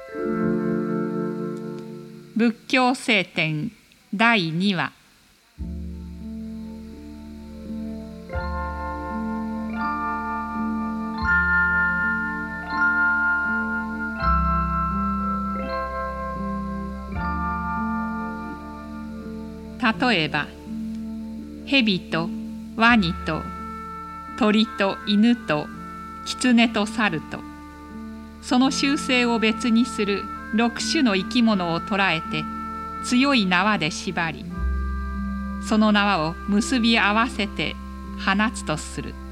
仏教聖典第2話。例えば、蛇とワニと鳥と犬と狐と猿と、その習性を別にする6種の生き物を捕らえて強い縄で縛り、その縄を結び合わせて放つとする。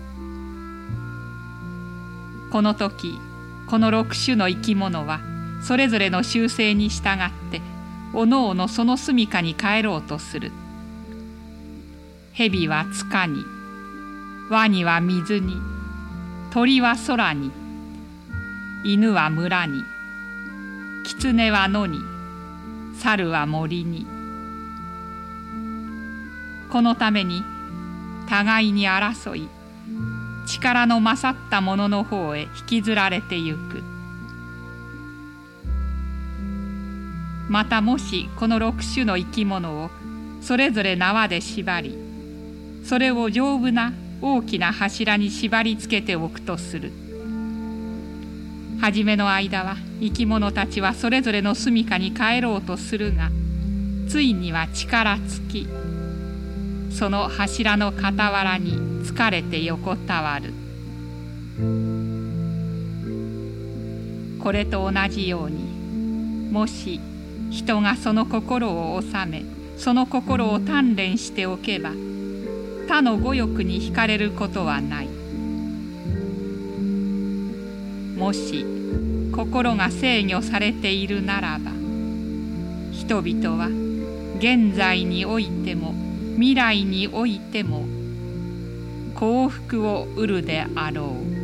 この時、この6種の生き物はそれぞれの習性に従っておのおのその住処に帰ろうとする。蛇は塚に、ワニは水に、鳥は空に、犬は村に、狐は野に、猿は森に。このために互いに争い、力の勝った者の方へ引きずられてゆく。またもしこの6種の生き物をそれぞれ縄で縛り、それを丈夫な大きな柱に縛りつけておくとする。はじめの間は生き物たちはそれぞれの住処に帰ろうとするが、ついには力尽き、その柱の傍らに疲れて横たわる。これと同じように、もし人がその心を収め、その心を鍛錬しておけば、他の五欲に惹かれることはない。もし心が制御されているならば、人々は現在においても未来においても幸福を得るであろう。